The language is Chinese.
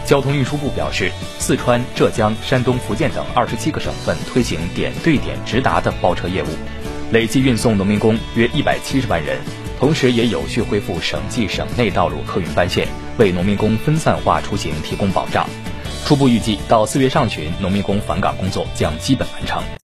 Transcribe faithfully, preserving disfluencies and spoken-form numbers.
交通运输部表示，四川、浙江、山东、福建等二十七个省份推行点对点直达的包车业务，累计运送农民工约一百七十万人，同时也有序恢复省际省内道路客运班线，为农民工分散化出行提供保障。初步预计，到四月上旬，农民工返岗工作将基本完成。